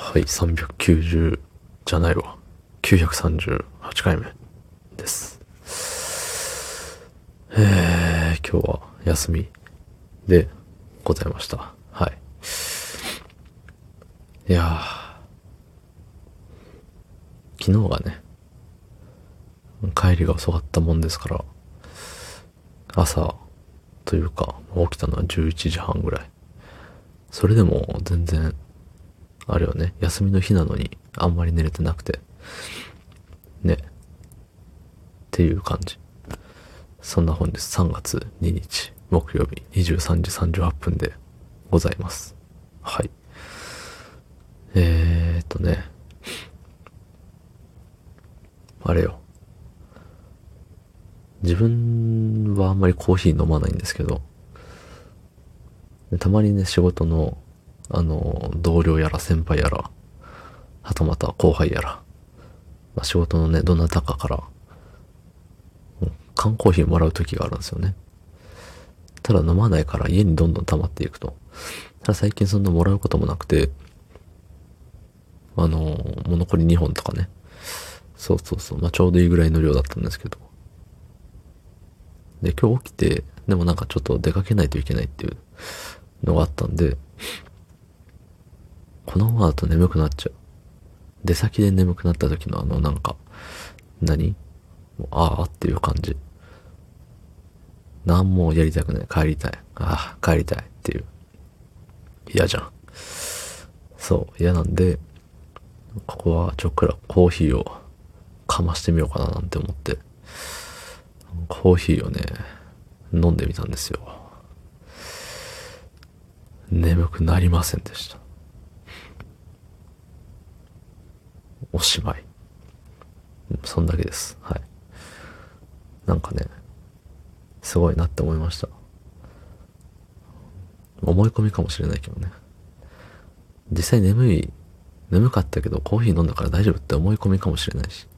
はい、390じゃないわ。938回目です。今日は休みでございました。はい。いや昨日がね、帰りが遅かったもんですから、朝というか、起きたのは11時半ぐらい。それでも全然、あれよね、休みの日なのにあんまり寝れてなくて、ね、っていう感じ。そんな本日3月2日木曜日23時38分でございます。はい。ね、あれよ。自分はあんまりコーヒー飲まないんですけど、たまにね、仕事の、同僚やら先輩やら、はたまた後輩やら、まあ、仕事のね、どなたかから、缶コーヒーもらう時があるんですよね。ただ飲まないから家にどんどん溜まっていくと。ただ最近そんなもらうこともなくて、もう残り2本とかね。そうそうそう。まあちょうどいいぐらいの量だったんですけど。で、今日起きて、でもなんかちょっと出かけないといけないっていうのがあったんで、このままだと眠くなっちゃう。出先で眠くなった時のなんか、もうあーっていう感じ。なんもやりたくない。帰りたい。ああ、帰りたいっていう。嫌じゃん。そう、嫌なんで、ここはちょっくらコーヒーをかましてみようかななんて思って、コーヒーをね、飲んでみたんですよ。眠くなりませんでした。おしまい。そんだけです。はい。なんかね、すごいなって思いました。思い込みかもしれないけどね。実際眠かったけどコーヒー飲んだから大丈夫って思い込みかもしれないし。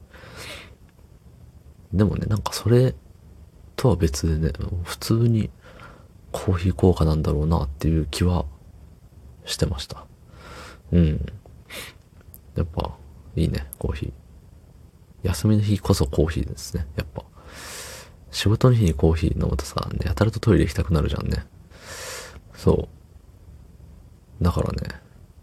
でもね、なんかそれとは別でね、普通にコーヒー効果なんだろうなっていう気はしてました。うん。やっぱ、いいね、コーヒー。休みの日こそコーヒーですね、やっぱ。仕事の日にコーヒー飲むとさ、ね、やたらとトイレ行きたくなるじゃんね。そう。だからね、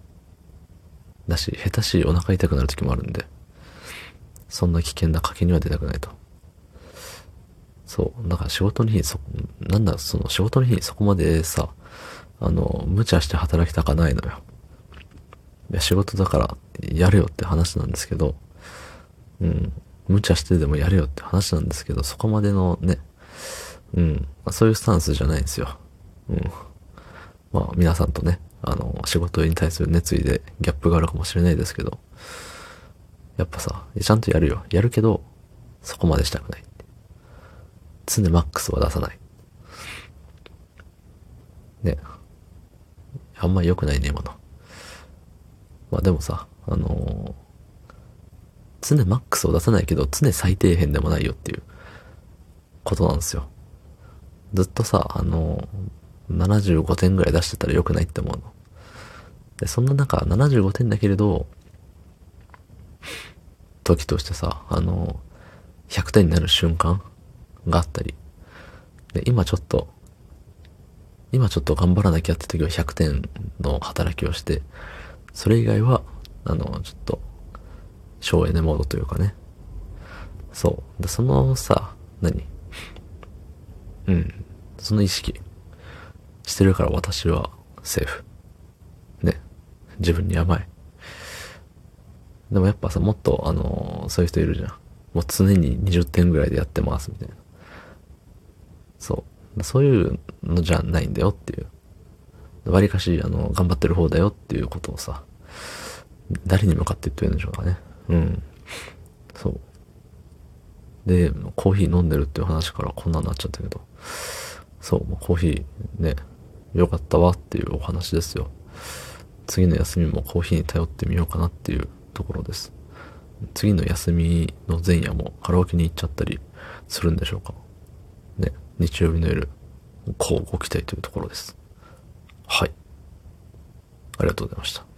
下手しいお腹痛くなる時もあるんで、そんな危険な賭けには出たくないと。そう。だから仕事の日にその仕事の日にそこまでさ、無茶して働きたかないのよ。いや、仕事だからやれよって話なんですけど、うん。無茶してでもやれよって話なんですけど、そこまでのね、うん。そういうスタンスじゃないんですよ。うん。まあ、皆さんとね、仕事に対する熱意でギャップがあるかもしれないですけど、やっぱさ、ちゃんとやるよ。やるけど、そこまでしたくない。常マックスは出さない。ね。あんまり良くないね、今の。まあでもさ、常マックスを出さないけど、常最低限でもないよっていうことなんですよ。ずっとさ、75点ぐらい出してたら良くないって思うの。で、そんな中、75点だけれど、時としてさ、100点になる瞬間があったり、で、今ちょっと頑張らなきゃって時は100点の働きをして、それ以外は、ちょっと、省エネモードというかね。そう。で、そのさ、うん。その意識してるから私はセーフ。ね。自分に甘い。でもやっぱさ、もっと、そういう人いるじゃん。もう常に20点ぐらいでやってます、みたいな。そう。そういうのじゃないんだよっていう。わりかし、頑張ってる方だよっていうことをさ、誰に向かって言ってるんでしょうかね。うん。そう。で、コーヒー飲んでるっていう話からこんなになっちゃったけど、そう、コーヒーね、よかったわっていうお話ですよ。次の休みもコーヒーに頼ってみようかなっていうところです。次の休みの前夜もカラオケに行っちゃったりするんでしょうか。ね、日曜日の夜、こうご期待というところです。はい。ありがとうございました。